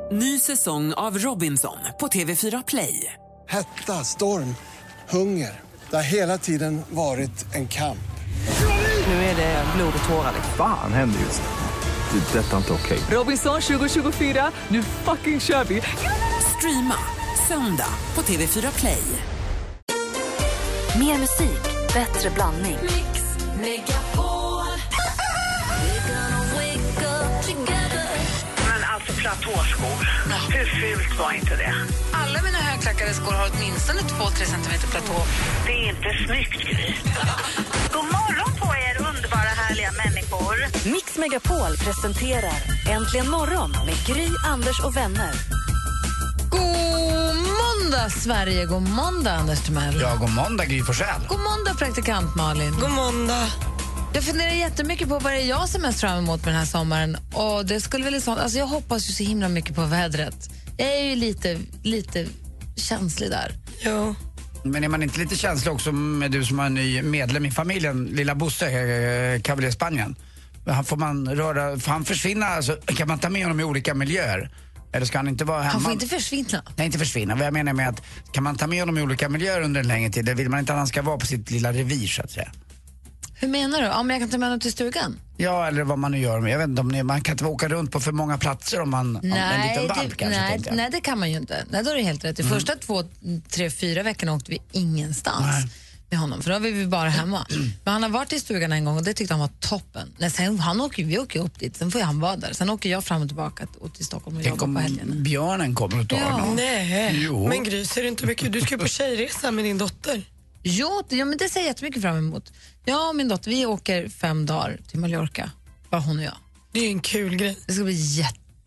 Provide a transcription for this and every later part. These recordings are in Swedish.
Ny säsong av Robinson på TV4 Play. Hetta, storm, hunger. Det har hela tiden varit en kamp. Nu är det blod och tårar. Fan händer just det. Det är detta inte okej. Robinson 2024, nu fucking kör vi. Streama söndag på TV4 Play. Mer musik, bättre blandning. Mix Megapol. Men alltså platåskor, hur fult var inte det? Alla mina högklackade skor har åtminstone 2-3 centimeter platå. Det är inte snyggt, Gry. God morgon på er, underbara härliga människor. Mix Megapol presenterar Äntligen morgon med Gry, Anders och vänner. God måndag, Sverige. God måndag, Anders Timell. Ja, god måndag, Gry Forssell. God måndag, praktikant Malin. God måndag. Jag funderar jättemycket på vad det är jag som mest fram emot med den här sommaren. Och det skulle väl sånt, alltså jag hoppas ju så himla mycket på vädret. Jag är ju lite känslig där. Ja. Men är man inte lite känslig också med du som har en ny medlem i familjen, lilla Bosse, Cavalier Spanien? Får han försvinna, alltså, kan man ta med honom i olika miljöer? Eller ska han inte vara hemma? Han får inte försvinna. Nej, inte försvinna. Vad jag menar med att kan man ta med honom i olika miljöer under en längre tid, det vill man inte att han ska vara på sitt lilla revir, så att säga. Hur menar du? Om jag kan ta med honom till stugan? Ja, eller vad man nu gör. Jag vet inte om man kan inte åka runt på för många platser om en liten valp kanske. Nej, det kan man ju inte. Nej, då är det helt rätt. De första 2, 3, 4 veckorna åkte vi ingenstans med honom. För då var vi bara hemma. Men han har varit i stugan en gång och det tyckte han var toppen. Nej, sen, vi åker upp dit, sen får han vara där. Sen åker jag fram och tillbaka till Stockholm och jobbar på helgerna. Björnen kommer och tar honom. Nej, jo. Men Gry, ser du inte mycket? Du ska på tjejresa med din dotter. Ja, men det ser jag jättemycket fram emot. Jag och min dotter, vi åker 5 dagar till Mallorca. Bara hon och jag. Det är en kul grej. Det ska bli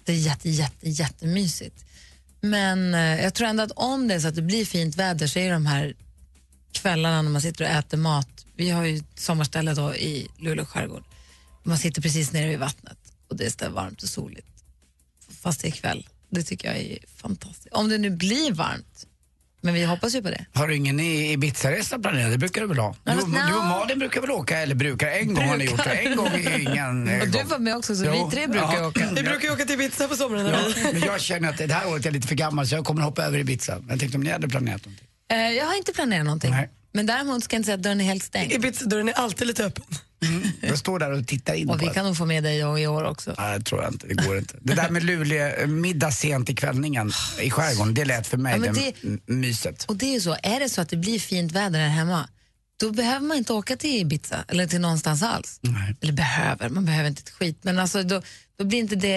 jättemysigt. Men jag tror ändå att om det är så att det blir fint väder så är de här kvällarna när man sitter och äter mat. Vi har ju sommarställe då i Luleå skärgård. Man sitter precis nere vid vattnet och det är varmt och soligt. Fast det är kväll. Det tycker jag är fantastiskt. Om det nu blir varmt. Men vi hoppas ju på det. Har du ingen Ibiza-resa planerad? Det brukar du väl ha? Du och Malin brukar väl åka, eller brukar en gång har ni gjort det. En gång är ingen och du var med också, så vi 3 brukar åka. Vi brukar åka till Ibiza på sommaren. Ja, men jag känner att det här året är lite för gammal så jag kommer hoppa över Ibiza. Jag tänkte om ni hade planerat någonting. Jag har inte planerat någonting. Nej. Men däremot ska jag inte säga att dörren är helt stängd. Ibiza-dörren är alltid lite öppen. Jag står där och tittar in och på vi kan nog få med dig i år också. Nej, det tror jag inte, det går inte. Det där med Luleå, middag sent i kvällningen i skärgården, det lät för mig myset. Och det är ju så, är det så att det blir fint väder här hemma, då behöver man inte åka till Ibiza eller till någonstans alls. Nej. Eller man behöver inte ett skit. Men alltså då blir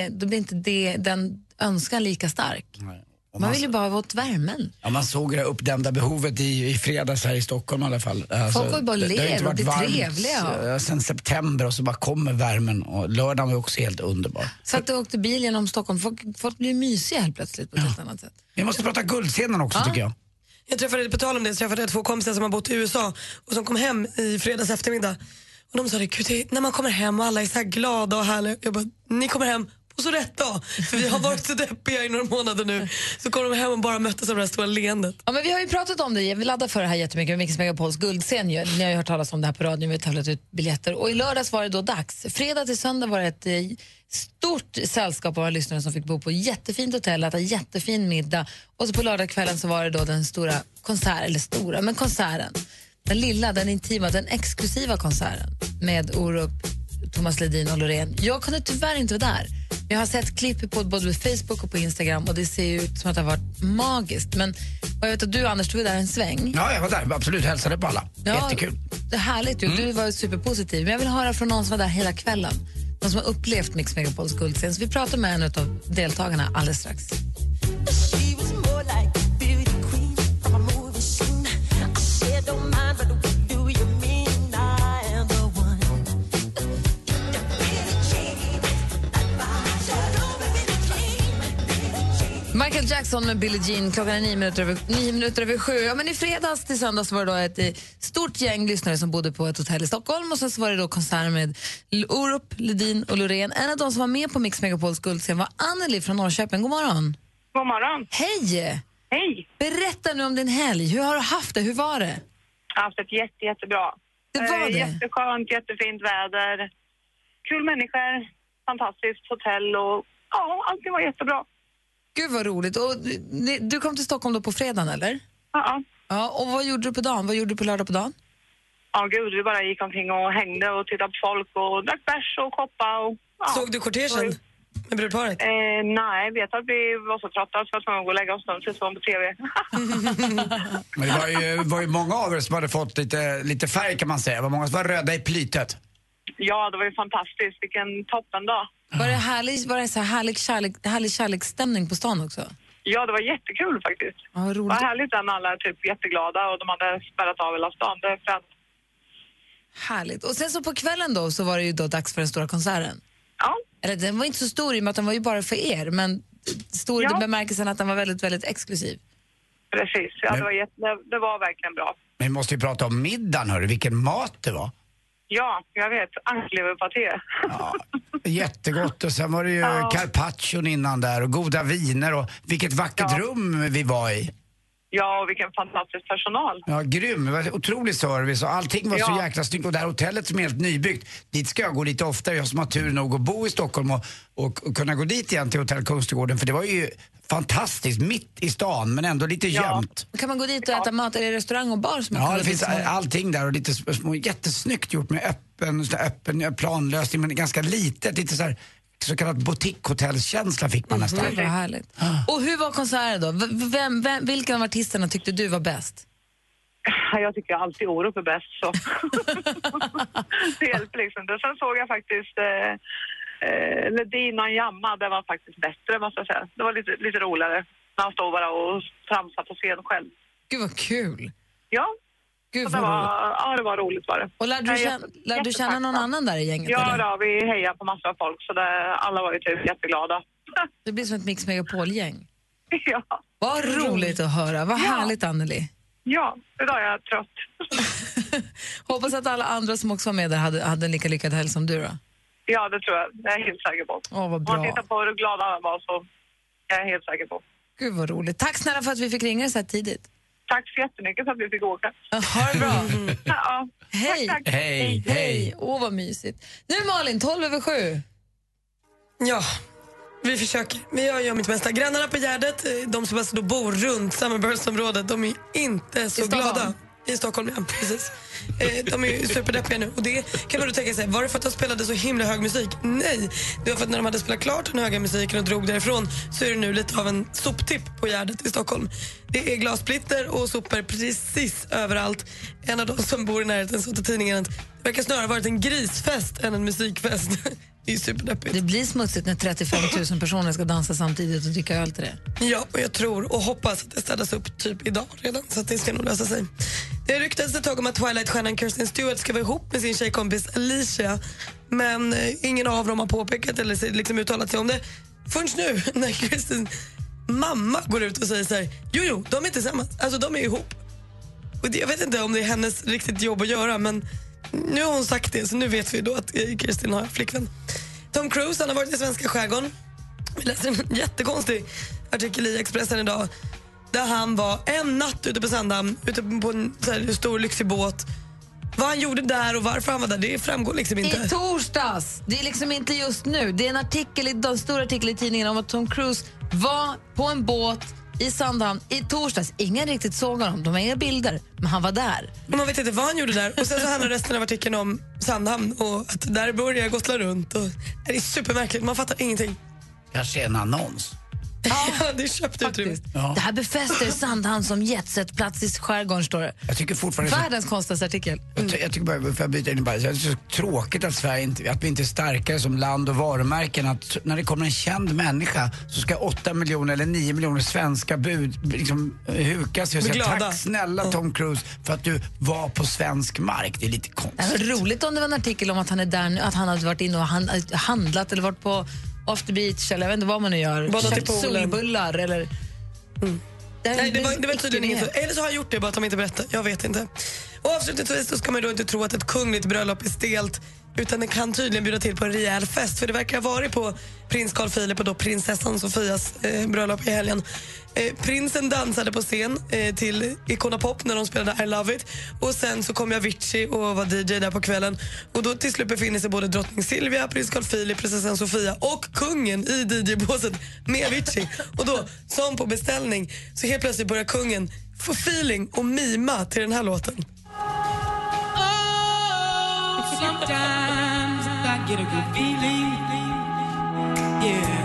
inte den önskan lika stark. Nej. Man vill ju bara vara åt värmen. Ja, man såg det uppdämda behovet i fredags här i Stockholm i alla fall. Alltså, folk var ju bara ler och det är trevliga. Sen september och så bara kommer värmen och lördagen var också helt underbar. Så att du åkte bil genom Stockholm, folk blir mysiga helt plötsligt på ett helt annat sätt. Vi måste prata guldscenen också tycker jag. Jag träffade, på tal om det, så träffade jag 2 kompisar som har bott i USA och som kom hem i fredags eftermiddag. Och de sa det, gud, när man kommer hem och alla är så här glada och härliga. Jag bara, ni kommer hem och så rätt då, för vi har varit så deppiga i några månader nu. Så kommer de hem och bara möttes av det här stora leendet. Ja, men vi har ju pratat om det, vi laddar för det här jättemycket med Mix Megapols guldscen. Ni har ju hört talas om det här på radion, vi har tävlat ut biljetter. Och i lördags var det då dags. Fredag till söndag var det ett stort sällskap av våra lyssnare som fick bo på jättefint hotell, äta jättefin middag. Och så på lördagskvällen så var det då den stora konserten. Den lilla, den intima, den exklusiva konserten med Orup, Thomas Ledin och Loreen. Jag kunde tyvärr inte vara där. Jag har sett klipp på både Facebook och på Instagram och det ser ut som att det har varit magiskt. Men jag vet att du, Anders, du var där en sväng. Ja, jag var där, absolut, hälsade på alla. Ja, jättekul. Det är härligt ju, du var superpositiv. Men jag vill höra från någon som var där hela kvällen. Någon som har upplevt Mix Megapols guldscen. Så vi pratar med en av deltagarna alldeles strax. Michael Jackson med Billie Jean. Klockan är 9 minuter över 7. Ja, men i fredags till söndags var det då ett stort gäng lyssnare som bodde på ett hotell i Stockholm. Och sen så var det då konsert med Orup, Ledin och Loreen. En av de som var med på Mix Megapols guldscen var Anneli från Norrköping. God morgon. God morgon. Hej! Hej. Berätta nu om din helg. Hur har du haft det? Hur var det? Jag har haft ett jättebra. Det var det? Jätteskönt, jättefint väder. Kul människor, fantastiskt hotell och ja, allting var jättebra. Gud vad roligt. Och du kom till Stockholm då på fredagen, eller? Ja. Ja, och vad gjorde du på dagen? Vad gjorde du på lördag på dagen? Ja, gud, vi bara gick omkring och hängde och tittade på folk och drack bärs och koppa. Och, ja. Såg du kortegen med brudparet? Nej, vet att vi var så trötta så att man gå och lägga oss och titta på TV. Men det var ju många av er som hade fått lite färg kan man säga. Det var många som var röda i plytet. Ja, det var ju fantastiskt. Vilken toppendag. Var det så härlig kärleksstämning på stan också? Ja, det var jättekul faktiskt. Ja, roligt. Det var härligt när alla är typ jätteglada och de hade spärrat av hela stan. Det är fränt. Härligt. Och sen så på kvällen då så var det ju då dags för den stora konserten. Ja. Eller den var inte så stor i och med att den var ju bara för er, men stor i den bemärkelsen att den var väldigt, väldigt exklusiv. Precis, ja, det var verkligen bra. Men vi måste ju prata om middagen, hörru. Vilken mat det var. Ja, jag vet. Ankleverpaté. Ja, jättegott. Och sen var det ju carpaccion innan där och goda viner och vilket vackert rum vi var i. Ja, och vilken fantastisk personal. Ja, grym. Det var otrolig service och allting var så jäkla snyggt. Och det här hotellet som är helt nybyggt, dit ska jag gå lite oftare. Jag som har tur nog att bo i Stockholm och kunna gå dit igen till Hotell Kungsträdgården. För det var ju fantastiskt, mitt i stan men ändå lite gömt. Kan man gå dit och äta mat? Är det restaurang och bar som det finns allting där och lite små, jättesnyggt gjort med öppen planlösning men ganska litet, lite så kallad boutique-hotellskänsla fick man nästan. Det var härligt. Och hur var konserten då? Vilka av artisterna tyckte du var bäst? Jag tycker alltid Orup är bäst så. Det hjälper liksom. Sen såg jag faktiskt Ledin och Jamma, det var faktiskt bättre måste jag säga. Det var lite roligare när han stod bara och tramsade på scen själv. Gud vad kul. Ja. Gud, det var roligt var det. Och lärde du känna någon annan där i gänget? Ja, eller? då, vi hejade på massor av folk så alla var ju typ jätteglada. Det blir som ett Mix Megapol-gäng. Ja. Vad roligt att höra. Vad härligt, Anneli. Ja, idag är jag trött. Hoppas att alla andra som också var med där hade en lika lyckad helg som du då. Ja, det tror jag. Det är jag helt säker på. Vad bra. Om man tittar på hur glada alla var så är jag helt säker på. Gud vad roligt. Tack snälla för att vi fick ringa dig så här tidigt. Tack så jättemycket för att vi fick åka. Ha det bra. Ja. Hej. Tack. Hej. Vad mysigt. Nu Malin, 12:07. Ja, vi försöker. Vi gör mitt bästa. Grannarna på Gärdet, de som alltså då bor runt Summerburst-området, de är inte så glada. I Stockholm, ja, precis. De är ju superdeppiga nu. Och det kan man då tänka sig, var det för att de spelade så himla hög musik? Nej, det var för att när de hade spelat klart den höga musiken och drog därifrån så är det nu lite av en soptipp på Gärdet i Stockholm. Det är glassplitter och sopor precis överallt. En av de som bor i närheten sa till tidningen att det verkar snarare varit en grisfest än en musikfest. Det är superdeppigt. Det blir smutsigt när 35 000 personer ska dansa samtidigt och dricka öl till det. Ja, och jag tror och hoppas att det städas upp typ idag redan, så att det ska nog lösa sig. Det ryktas ett tag om att Twilight-stjärnan Kirsten Stewart ska vara ihop med sin tjejkompis Alicia, men ingen av dem har påpekat eller liksom uttalat sig om det förrän nu när Kirstens mamma går ut och säger så här: jo, de är tillsammans, alltså de är ihop. Och jag vet inte om det är hennes riktigt jobb att göra, men nu har hon sagt det, så nu vet vi då att Kirsten har flickvän. Tom Cruise, han har varit i svenska skärgården. Vi läser en jättekonstig artikel i Expressen idag där han var en natt ute på Sandhamn, ute på en så här stor lyxig båt. Vad han gjorde där och varför han var där, det framgår liksom inte. I torsdags, det är liksom inte just nu. Det är en stor artikel i tidningen om att Tom Cruise var på en båt i Sandhamn i torsdags. Ingen riktigt såg honom, de har inga bilder, men han var där. Och man vet inte vad han gjorde där. Och sen så handlar resten av artikeln om Sandhamn och att där börjar Gotland runt. Och det är supermärkligt, man fattar ingenting. Kanske en annons. Ja, det är köpt utrymme. Ja. Det här befäster Sandhamn som jetsetplats i skärgården, står det. Jag tycker fortfarande världens konstigaste artikel. Jag tycker bara, för att byta in bara, det är så tråkigt att Sverige inte, att vi inte är starkare som land och varumärken, att när det kommer en känd människa så ska 8 miljoner eller 9 miljoner svenska bud liksom hukas och säga tack snälla Tom Cruise för att du var på svensk mark. Det är lite konstigt. Det är roligt om det var en artikel om att han är där nu, att han hade varit inne och handlat eller varit på After Beach eller jag vet inte vad man nu gör. Köpt solbullar eller... Nej, det var tydligen inget. Eller så har jag gjort det, bara att de inte berättar. Jag vet inte. Och avslutningsvis så ska man då inte tro att ett kungligt bröllop är stelt. utan den kan tydligen bjuda till på en rejäl fest. För det verkar ha varit på prins Carl Philip och då prinsessan Sofias bröllop i helgen. Prinsen dansade på scen till Icona Pop när de spelade I Love It. Och sen så kom Avicii och var DJ där på kvällen. Och då till slut befinner sig både drottning Silvia, prins Carl Philip, prinsessan Sofia och kungen i DJ-båset med Avicii. Och då, som på beställning, så helt plötsligt börjar kungen få feeling och mima till den här låten. Sometimes I get a good feeling, yeah.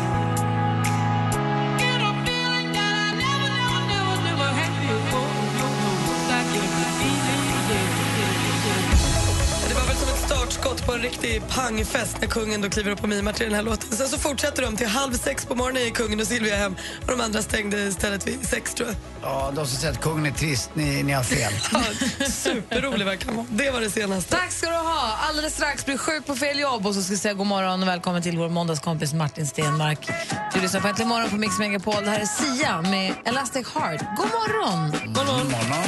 Get a feeling that I never had before. I get a good feeling, yeah. Det var väl som ett startskott på en riktig pangfest när kungen då kliver upp och mimar till den här låten. Sen så fortsätter de till 5:30 på morgonen i kungen och Silvia hem. Och de andra stängde istället vid 6, tror jag. Ja, de som säger att kungen är trist, ni har fel. Ja, superrolig verkar man. Det var det senaste. Tack ska du ha. Alldeles strax blir sjuk på fel jobb och så ska jag säga god morgon och välkommen till vår måndagskompis Martin Stenmark. Du lyssnar på Äntligen morgon på Mix Megapol. Det här är Sia med Elastic Heart. God morgon! God morgon.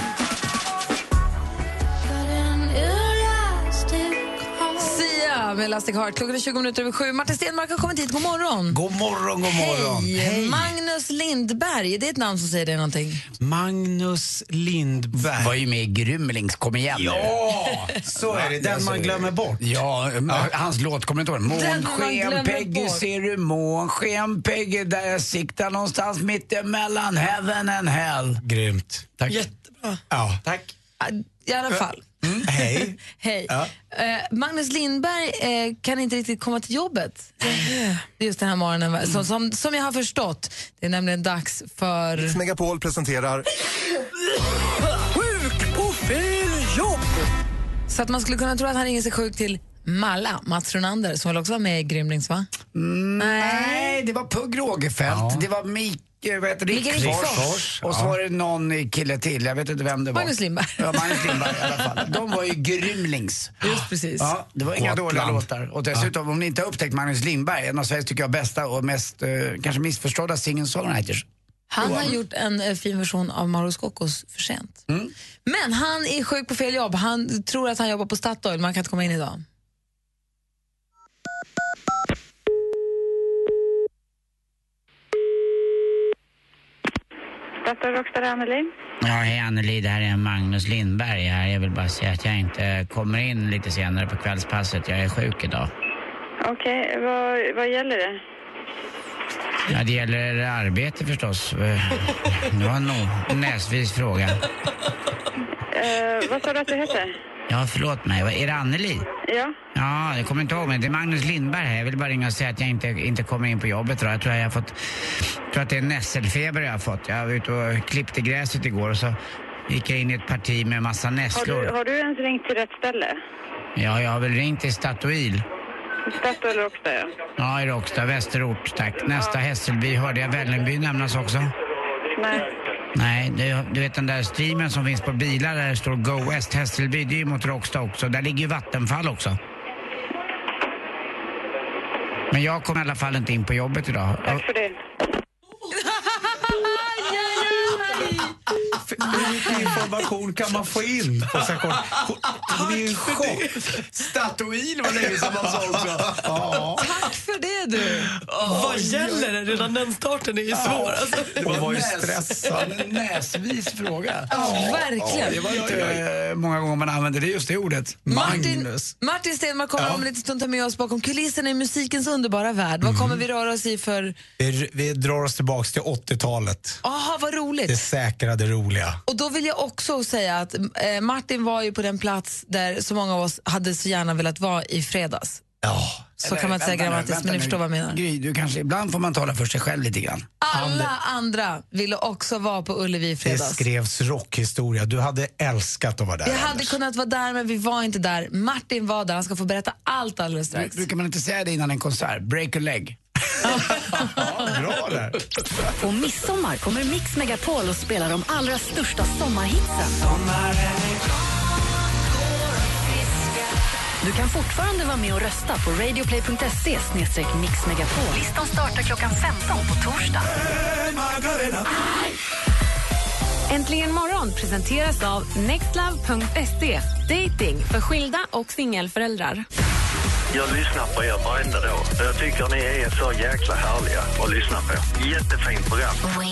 Sia med Elastic Heart. Klockan är 7:20. Martin Stenmark har kommit hit. God morgon! God morgon, god morgon. Hej! Magnus Lindberg, det är ett namn som säger det någonting. Magnus Lindberg. Var ju med i Grymlings, kom igen. Ja, så är det. Den man glömmer bort. Ja, hans låt, kommer du inte ihåg? Månsken, Peggy, ser du månsken, Peggy, där jag siktar någonstans mitt emellan heaven and hell. Grymt. Tack. Jättebra. Ja, tack. I alla fall. Hej. Hej. Ja. Magnus Lindberg kan inte riktigt komma till jobbet just den här morgonen. Som jag har förstått. Det är nämligen dags för... Mix Megapol presenterar... Sjuk på fel jobb! Så att man skulle kunna tro att han ringer sig sjuk till Mats Ronander, som väl också var med i Grymlings, va? Nej, det var Pugh Rogefeldt. Det var Riksfors. Och så var det någon kille till, jag vet inte vem det var. Magnus Lindberg. Ja, Magnus Lindberg i alla fall. De var ju Grymlings. Just precis. Ja, det var inga dåliga låtar. Och dessutom, om ni inte har upptäckt Magnus Lindberg, en av Sveriges, tycker jag, bästa och mest kanske missförstådda singer-songwriters. Han har gjort en fin version av Mauro Scoccos För sent. Men han är sjuk på fel jobb. Han tror att han jobbar på Statoil, man kan inte komma in idag. Dr. Rockstar Anneli. Ja, hej Anneli, det här är Magnus Lindberg här. Jag vill bara säga att jag inte kommer in lite senare på kvällspasset. Jag är sjuk idag. Okej, vad gäller det? Ja, det gäller arbete förstås. Det var nog en näsvis fråga. Vad sa du att du heter? Ja, förlåt mig. Är det Anneli? Ja. Ja, jag kommer inte ihåg mig. Det är Magnus Lindberg här. Jag vill bara ringa och säga att jag inte kommer in på jobbet. Jag tror att det är nässelfeber jag har fått. Jag var ute och klippte gräset igår och så gick jag in i ett parti med massa nässlor. Har du ens ringt till rätt ställe? Ja, jag har väl ringt till Statoil. Statoil Rockstar, ja. Ja, i Rockstar, Västerort, tack. Nästa Hässelby, hörde jag Vällingby nämnas också? Nej. Nej, du vet den där streamen som finns på bilar där det står Go West Hässelby, det är ju mot Rockstar också. Där ligger ju Vattenfall också. Men jag kom i alla fall inte in på jobbet idag. Tack för det. Hur mycket information kan man få in på så kort? Det är ju en chock. Statoil var länge som man sa också. Ja. Tack för det, du. Vad gäller det? Redan den starten är ju svår. Alltså. Det var ju stressad. En näsvis fråga. Verkligen. Det var inte många gånger man använde det, just det ordet. Martin Stenmark kommer om en liten stund ta med oss bakom kulisserna i musikens underbara värld. Vad kommer vi röra oss i för... Vi drar oss tillbaka till 80-talet. Aha, vad roligt. Det säkrade roliga. Och då vill jag också säga att Martin var ju på den plats där så många av oss hade så gärna velat vara i fredags. Ja. Så kan man inte säga grammatiskt, men ni förstår vad jag menar. Gry, du kanske ibland får man tala för sig själv lite grann. Alla andra ville också vara på Ullevi i fredags. Det skrevs rockhistoria. Du hade älskat att vara där. Vi hade kunnat vara där, men vi var inte där. Martin var där, han ska få berätta allt alldeles strax. Brukar man inte säga det innan en konsert? Break a leg. Ja, bra där. På midsommar kommer Mix Megapol och spelar de allra största sommarhitsen. Du kan fortfarande vara med och rösta på radioplay.se/mixmegapol. Listan startar klockan 15 på torsdag. Äntligen morgon presenteras av nextlove.se. Dating för skilda och singelföräldrar. Jag lyssnar på er varenda dag. Jag tycker ni är så jäkla härliga att lyssna på. Jättefint program.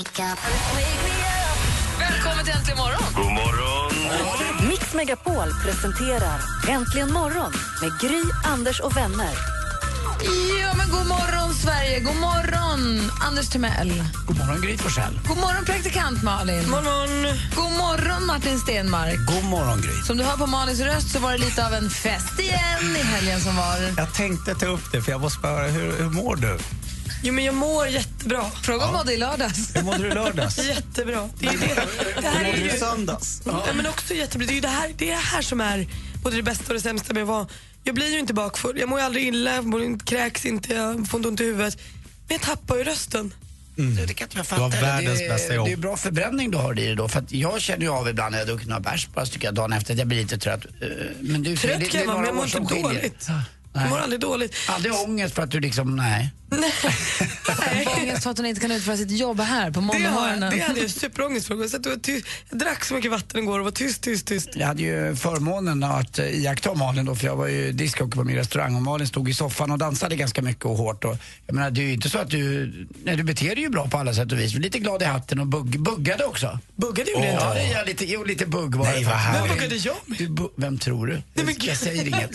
Välkommen till Äntligen morgon. God morgon. Mix Megapol presenterar Äntligen morgon med Gry, Anders och vänner. Ja, men god morgon Sverige, god morgon Anders Timell. God morgon Gry Forssell. God morgon praktikant Malin. God morgon. God morgon Martin Stenmark. God morgon, Gry. Som du hör på Malins röst så var det lite av en fest igen i helgen som var. Jag tänkte ta upp det, för jag måste bara, hur mår du? Jo, men jag mår jättebra. Fråga om mådde i lördags. Hur mådde du i lördags? Jättebra. Det här är ju söndags. Ja, men också jättebra. Det är det här som är både det bästa och det sämsta med att vara. Jag blir ju inte bakfull. Jag mår ju aldrig illa, jag kräks inte, jag får inte ont i huvudet. Men jag tappar ju rösten. Det kan inte jag fatta. Du har världens bästa jobb. Det är bra förbränning du har i det då. För att jag känner ju av ibland när jag druckit några bärs, bara tycker jag dagen efter att jag blir lite trött. Men du, trött det kan jag vara, men jag mår inte dåligt. Jag mår aldrig dåligt. Aldrig ångest för att du liksom, nej. Ångest för att hon inte kan utföra sitt jobb här på måndagmorgonen. Det hade jag superångest för. Jag drack så mycket vatten igår och var tyst. Jag hade ju förmånen att iaktta Malin då, för jag var ju diskjockey på min restaurang och Malin stod i soffan och dansade ganska mycket och hårt. Och jag menar, det är ju inte så att du beter dig ju bra på alla sätt och vis. Du är lite glad i hatten och buggade också. Buggade gjorde jag inte? Ja, lite bugg var det. Nej, vad härligt. Vem buggade jag? Vem tror du? Jag säger inget.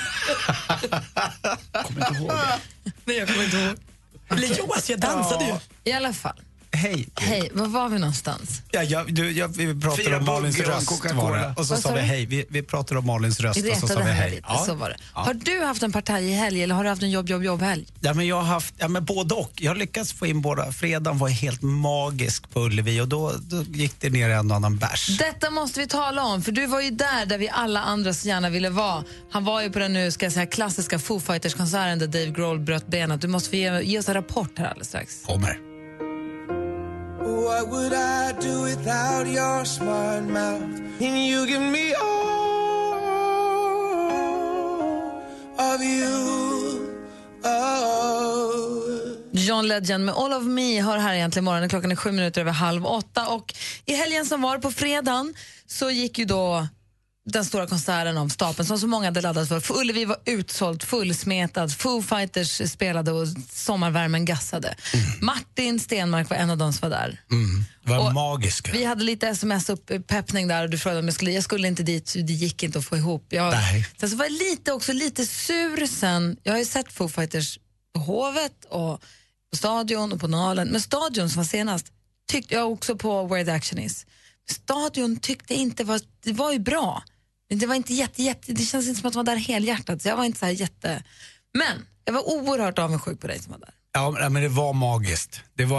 Kommer inte ihåg det. Nej, jag kommer inte ihåg. Eller jo, alltså jag dansade ju. I alla fall. Hej, var var vi någonstans? Vi pratade om Malins röst var det. Och så sa vi hej. Vi pratade om Malins röst och så sa vi hej. Så var det. Har du haft en partaj i helg eller har du haft en jobb-helg? Ja, men jag har haft både och. Jag har lyckats få in båda. Fredagen var helt magisk på Ullevi och då gick det ner en annan bärs. Detta måste vi tala om, för du var ju där vi alla andra så gärna ville vara. Han var ju på den nu, ska jag säga, klassiska Foo Fighters-konserten där Dave Grohl bröt benet. Du måste ge oss en rapport här alldeles strax. Kommer. What would I do without your smart mouth? And you give me all of you. Oh. John Legend med All of Me har här egentligen morgonen. Klockan är 7:07 och i helgen som var på fredagen så gick ju då den stora konserten om stapeln som så många hade laddat för. Ullevi var utsålt, fullsmetad. Foo Fighters spelade och sommarvärmen gassade. Martin Stenmark var en av dem som var där. Det var magisk. Vi hade lite sms-peppning där och du frågade om jag skulle inte dit, det gick inte att få ihop. Sen så var jag lite sur sen. Jag har ju sett Foo Fighters på Hovet och på Stadion och på Nalen. Men Stadion som var senast tyckte jag också på Where the Action Is. Stadion tyckte inte det var ju bra. Men det var inte jätte, det känns inte som att man var där helhjärtat. Så jag var inte så här men jag var oerhört avundsjuk på dig som var där. Ja, men det var magiskt.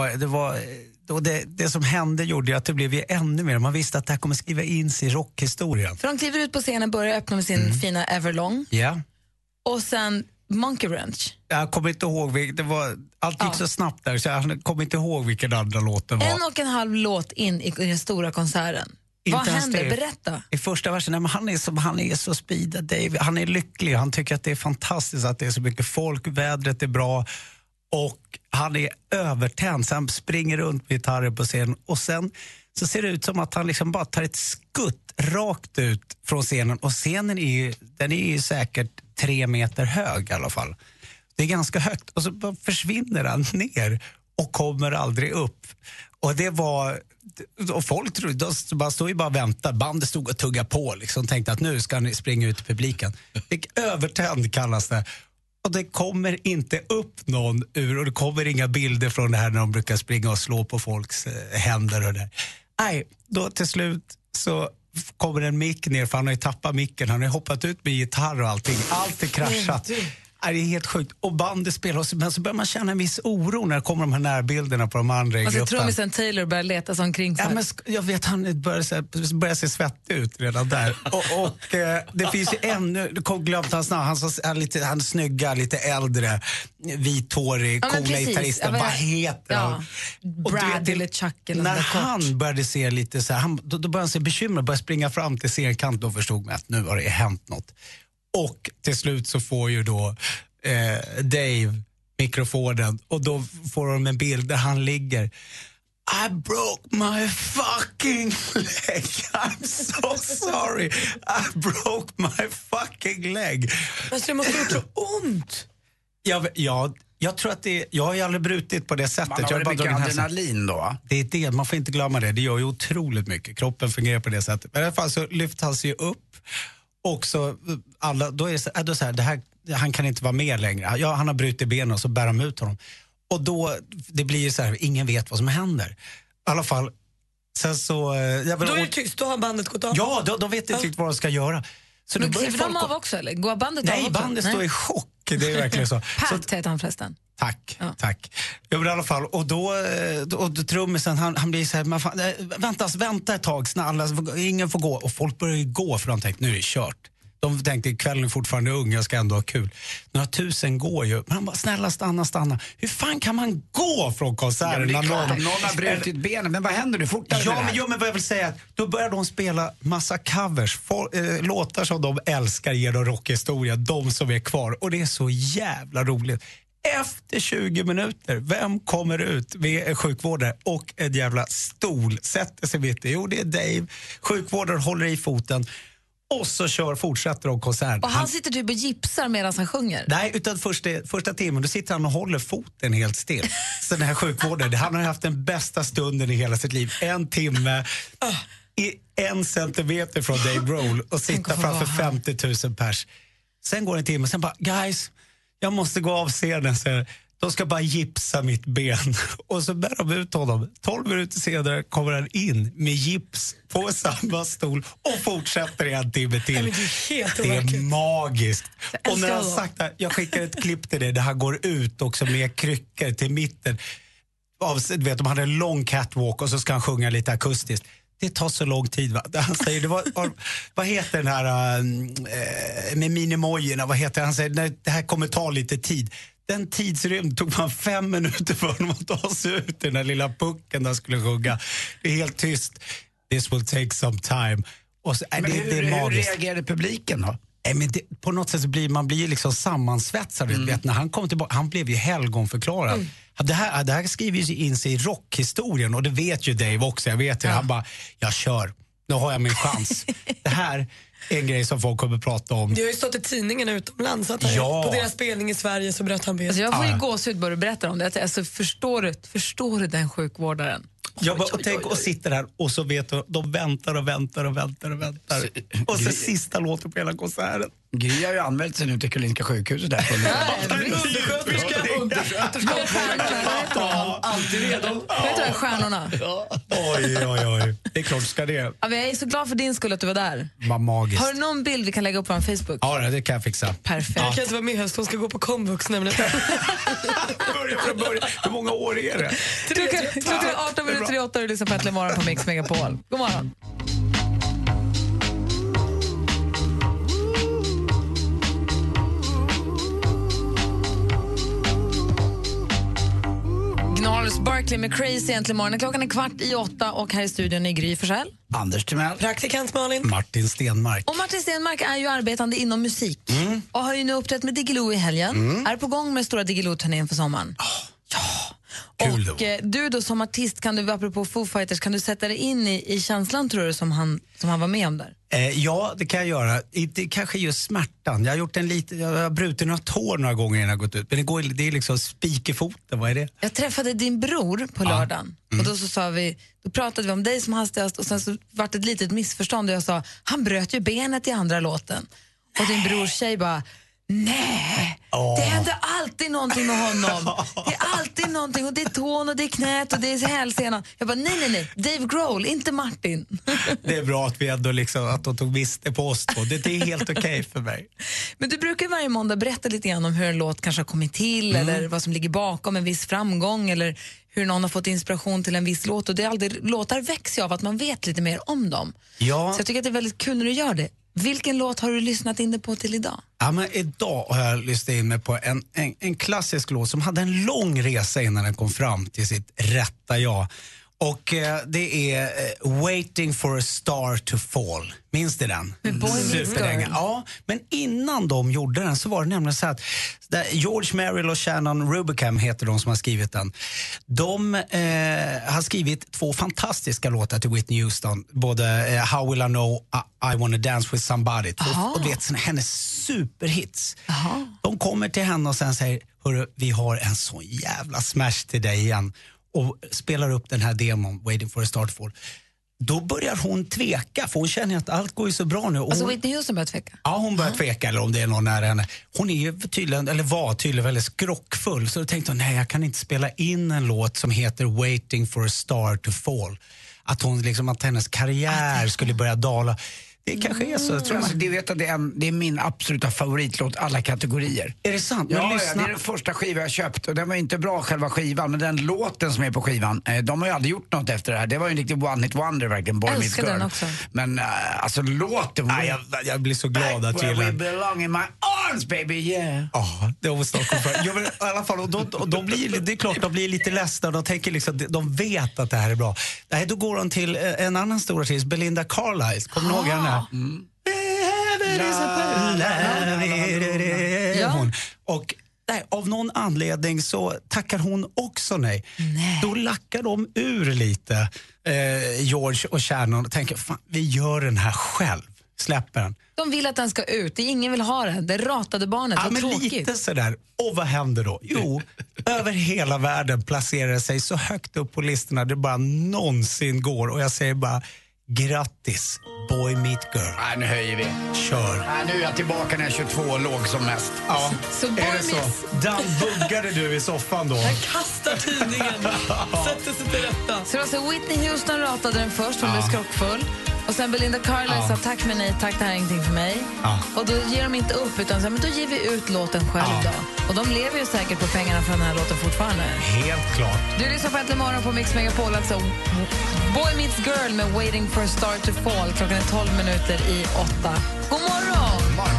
Det som hände gjorde att det blev ju ännu mer. Man visste att det här kommer skriva in sig i rockhistorien. För de kliver ut på scenen, börjar öppna med sin fina Everlong. Ja. Och sen Monkey Wrench. Jag kommer inte ihåg, allt gick så snabbt där så jag kommer inte ihåg vilken andra låten var. 1,5 låt in i den stora konserten. Vad händer? Berätta. I första versen, han är så speedad, Dave. Han är lycklig, han tycker att det är fantastiskt att det är så mycket folk, vädret är bra och han är övertänd så han springer runt med gitarren på scenen och sen så ser det ut som att han liksom bara tar ett skutt rakt ut från scenen och scenen är ju säkert 3 meter hög i alla fall. Det är ganska högt och så bara försvinner han ner och kommer aldrig upp. Och det var... Och folk trodde, de stod ju bara och väntade. Bandet stod och tuggade på liksom. Tänkte att nu ska ni springa ut i publiken. Övertänd kallas det. Och det kommer inte upp någon ur. Och det kommer inga bilder från det här när de brukar springa och slå på folks händer och det. Nej, då till slut så kommer en mick ner. För han har ju tappat micken. Han har ju hoppat ut med gitarr och allting. Allt är kraschat. Det är helt sjukt. Och bandet spelar, men så börjar man känna en viss oro när det kommer de här närbilderna på de andra i gruppen. Och så tror vi Taylor börjar leta sig omkring. Ja, men jag vet, han börjar se svettig ut redan där. och det finns ju ännu, du kommer glömt hans namn, han snygga, lite äldre, vithårig, coola gitarristen. Vad heter han? Brad eller Chuck eller när han började se lite så här, då började han se bekymmer, började springa fram till scenkant och förstod mig att nu har det hänt något. Och till slut så får ju då Dave mikrofonen och då får de en bild där han ligger I broke my fucking leg. I'm so sorry. I broke my fucking leg. Alltså det måste ha gjort så ont. Jag tror att jag har ju aldrig brutit på det sättet. Man har mycket adrenalin då. Det är det, man får inte glömma det. Det gör ju otroligt mycket. Kroppen fungerar på det sättet. Men i alla fall så lyfter han sig upp. Och så alla, då är det så här, han kan inte vara med längre. Ja, han har brutit benen och så bär de ut honom. Och då, det blir ju så här, ingen vet vad som händer. I alla fall, sen så... Då är det tyst, då har bandet gått av. Ja, de vet inte riktigt vad de ska göra. Så men kliver de av också eller? Går bandet av också? Nej, bandet står i chock. Det är verkligen så. Pat heter han förresten. Tack. Ja, men i alla fall. Och då trummisen, han blir så här, vänta ett tag, snälla, ingen får gå. Och folk börjar ju gå för de tänkte, nu är det kört. De tänkte, kvällen är fortfarande ung, jag ska ändå ha kul. Några tusen går ju. Men han bara, snälla stanna. Hur fan kan man gå från konserten? Ja, någon har brutit benen, men vad händer nu fortare? Men vad jag vill säga, då börjar de spela massa covers. Låtar som de älskar genom rockhistoria, de som är kvar. Och det är så jävla roligt. Efter 20 minuter, vem kommer ut? Vi är sjukvårdare och en jävla stol sätter sig mitt i. Jo, det är Dave. Sjukvårdare håller i foten. Och så fortsätter de konserten. Och han sitter typ och gipsar medan han sjunger? Nej, utan första timmen då sitter han och håller foten helt still. Så den här sjukvården, han har haft den bästa stunden i hela sitt liv. 1 timme i 1 centimeter från Dave Grohl och sitta framför 50 000 pers. Sen går en timme, sen bara, guys, jag måste gå av scenen, så de ska bara gipsa mitt ben. Och så bär de ut honom. 12 minuter senare kommer han in med gips på samma stol och fortsätter 1 timme till. Det är magiskt. Och när han sagt det, jag skickar ett klipp till dig där han går ut också med kryckor till mitten. Du vet, de hade en lång catwalk och så ska han sjunga lite akustiskt. Det tar så lång tid, va? Han säger, vad heter den här med minimojorna, vad heter det? Han säger, det här kommer ta lite tid. Den tidsrymd tog man 5 minuter för honom att ta sig ut i den där lilla pucken där skulle sjunga. Det är helt tyst. This will take some time. Och så, men det är magiskt. Hur reagerade publiken då? Men på något sätt så blir man liksom sammansvetsad. Vet, när han kom tillbaka, han blev ju helgonförklarad. Det här skriver ju in sig i rockhistorien och det vet ju Dave också. Jag vet ju, han bara, jag kör. Nu har jag min chans. Det här är en grej som folk kommer prata om. Det har ju stått i tidningen utomlands att på deras spelning i Sverige så bröt han ben. Alltså jag får ju gåshud bara du berättar om det. Alltså, förstår du den sjukvårdaren? Tänk och sitter där och så vet du, de väntar. Och så sista låten på hela konserten. Gry har ju anmält sig nu till Karolinska sjukhuset där. Alltid redo. Vet du stjärnorna? Oj. Det är klart ska det. Ja, jag är så glad för din skull att du var där. Vad magiskt. Har du någon bild vi kan lägga upp på Facebook? Ja, det kan jag fixa. Perfekt. Jag kan inte vara med i höst, hon ska gå på komvux nämligen. Börja. Hur många år är det? Klockan är 18 minuter i 8 och du lyssnar på Äntligen morgon på Mix Megapol. God morgon. Gnarls Barkley med Crazy Äntligen morgon. Klockan är 7:15 och här i studion är Gry Forssell. Anders Timell. Praktikant Malin. Martin Stenmark. Och Martin Stenmark är ju arbetande inom musik och har ju nu uppträtt med Diggiloo i helgen. Är på gång med stora Diggiloo-turnén för sommaren. Kul och du då som artist, kan du, apropå Foo Fighters, kan du sätta dig in i känslan, tror du, som han var med om där? Ja, det kan jag göra. Inte kanske just smärtan. Jag har gjort jag har brutit några tår några gånger innan jag gått ut. Men det är liksom spik i foten, vad är det? Jag träffade din bror på lördagen. Och då pratade vi om dig som hastigast och sen så var det ett litet missförstånd och jag sa, han bröt ju benet i andra låten. Och din brors tjej bara, nej, det händer alltid någonting med honom. Det är alltid någonting och det är tån och det är knät och det är hälsenan. Jag bara, nej, Dave Grohl, inte Martin. Det är bra att vi ändå liksom, att de tog miste på oss två. Det är helt okej för mig. Men du brukar varje måndag berätta lite grann om hur en låt kanske har kommit till eller vad som ligger bakom en viss framgång eller hur någon har fått inspiration till en viss låt. Och det är aldrig, låtar växer av att man vet lite mer om dem. Ja. Så jag tycker att det är väldigt kul när du gör det. Vilken låt har du lyssnat in på till idag? Ja, men idag har jag lyssnat in mig på en klassisk låt som hade en lång resa innan den kom fram till sitt rätta jag. Och det är Waiting for a Star to Fall. Minns du den? Superlänge. Ja, men innan de gjorde den så var det nämligen så att George Merrill och Shannon Rubicam heter de som har skrivit den. De har skrivit 2 fantastiska låtar till Whitney Houston. Både How Will I Know, I Wanna Dance With Somebody. Och du vet, hennes superhits. De kommer till henne och sen säger, hörru, vi har en sån jävla smash till dig igen. Och spelar upp den här demon, Waiting for a Star to Fall. Då börjar hon tveka, för hon känner att allt går ju så bra nu. Alltså Whitney Houston börjar tveka? Ja, hon börjar tveka, eller om det är någon nära henne. Hon är ju tydligen, eller var tydligen väldigt skrockfull. Så då tänkte hon, nej, jag kan inte spela in en låt som heter Waiting for a Star to Fall. Att hon liksom, att hennes karriär skulle börja dala. Det kanske är så. Tror alltså, det vet att det är min absoluta favoritlåt alla kategorier. Är det sant? Ja, det är den första skivan jag köpt och den var inte bra själva skivan, men den låten som är på skivan, de har ju aldrig gjort något efter det här. Det var ju en riktig one hit wonder verkligen, Boy Meets Girl. Men alltså låten... Jag blir så glad att gilla. gilla. We belong in my arms baby, yeah. Ja, det var Stockholm för. Jo, men i alla fall, och då blir det är klart, de blir lite ledsna och de tänker liksom, de vet att det här är bra. Nej, då går de till en annan stor artist, Belinda Carlisle. Kommer ni ihåg henne? Hon. Och av någon anledning så tackar hon också nej. Då lackar de ur lite, George och Shannon, och tänker, fan, vi gör den här själv. Släpper den. De vill att den ska ut. Ingen vill ha den. Det ratade barnet. Ja, men tråkigt. Lite sådär. Och vad händer då? Jo, över hela världen placerar sig så högt upp på listorna det bara någonsin går. Och jag säger bara, grattis, Boy Meet Girl. Nej, nu höjer vi. Kör. Nej, nu är jag tillbaka när jag 22 låg som mest. Ja, så är det så? Buggade du i soffan då? Jag kastar tidningen. Sätter sig till rätta. Så alltså Whitney Houston ratade den först, hon blev skrockfull. Och sen Belinda Carlisle sa tack men nej, tack, det här är ingenting för mig. Och då ger de inte upp utan så, men då ger vi ut låten själv då. Och de lever ju säkert på pengarna från den här låten fortfarande. Helt klart. Du lyssnar på Äntligen morgon på Mix Megapol, alltså Boy Meets Girl med Waiting for a Star to Fall. Klockan är 12 minuter i 8. God morgon! God morgon.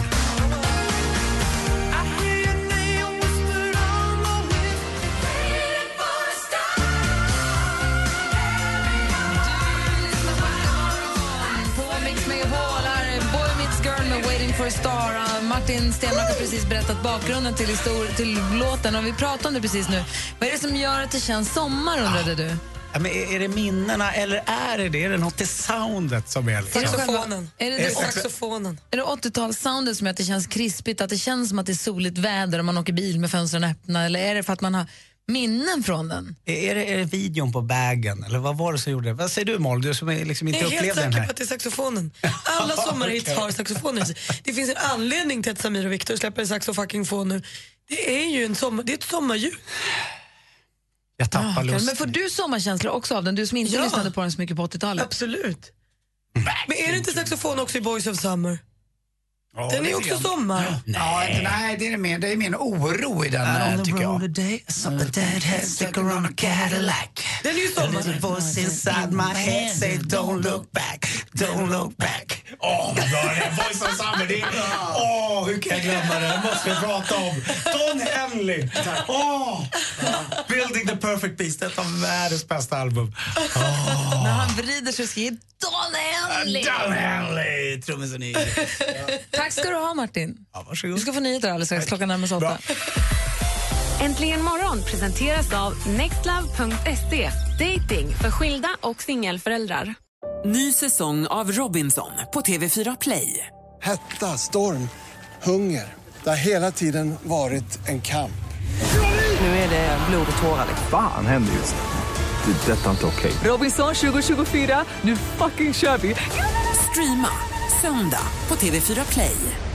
For a Star. Martin Stenmark har precis berättat bakgrunden till låten och vi pratar om det precis nu. Vad är det som gör att det känns sommar, undrade du? Ja, men är det minnena eller är det något i soundet som är liksom? Saxofonen. Är det saxofonen? Är det 80-talssoundet som gör att det känns krispigt, att det känns som att det är soligt väder och man åker bil med fönstren öppna, eller är det för att man har minnen från den? Är det videon på bagen eller vad var det som gjorde det? Vad säger du, Molly, du som är liksom inte upplevde den här? Jag är helt säker på att det är saxofonen. Alla sommarhits har saxofoner. Det finns en anledning till att Samir och Viktor släpper saxofon nu. Det är ju det är ett sommarljud. Jag tappar lust. Men får du sommarkänslor också av den? Du som inte lyssnade på den så mycket på 80-talet. Absolut. Men är det inte saxofon också i Boys of Summer? Den är också sommar. Nej, det är mer en oro i den, tycker jag. Den är ju sommar. There's a voice inside my head say don't look back, don't look back. Vad bra det är, Voice of Summer. Hur kan jag glömma det? Det måste vi prata om. Don Henley. Building the Perfect Peace. Detta är världens bästa album. När han vrider sig och skriver Don Henley. Don Henley. Trummisen i. Tack ska du ha, Martin. Ja, varsågod. Du ska få nyheter alldeles strax. Klockan närmast 8. Äntligen morgon presenteras av nextlove.se. Dating för skilda och singelföräldrar. Ny säsong av Robinson på TV4 Play. Hetta, storm, hunger. Det har hela tiden varit en kamp. Nu är det blod och tårar. Fan händer just det. Det är detta inte okej. Robinson 2024, nu fucking kör vi. Streama söndag på TV4 Play.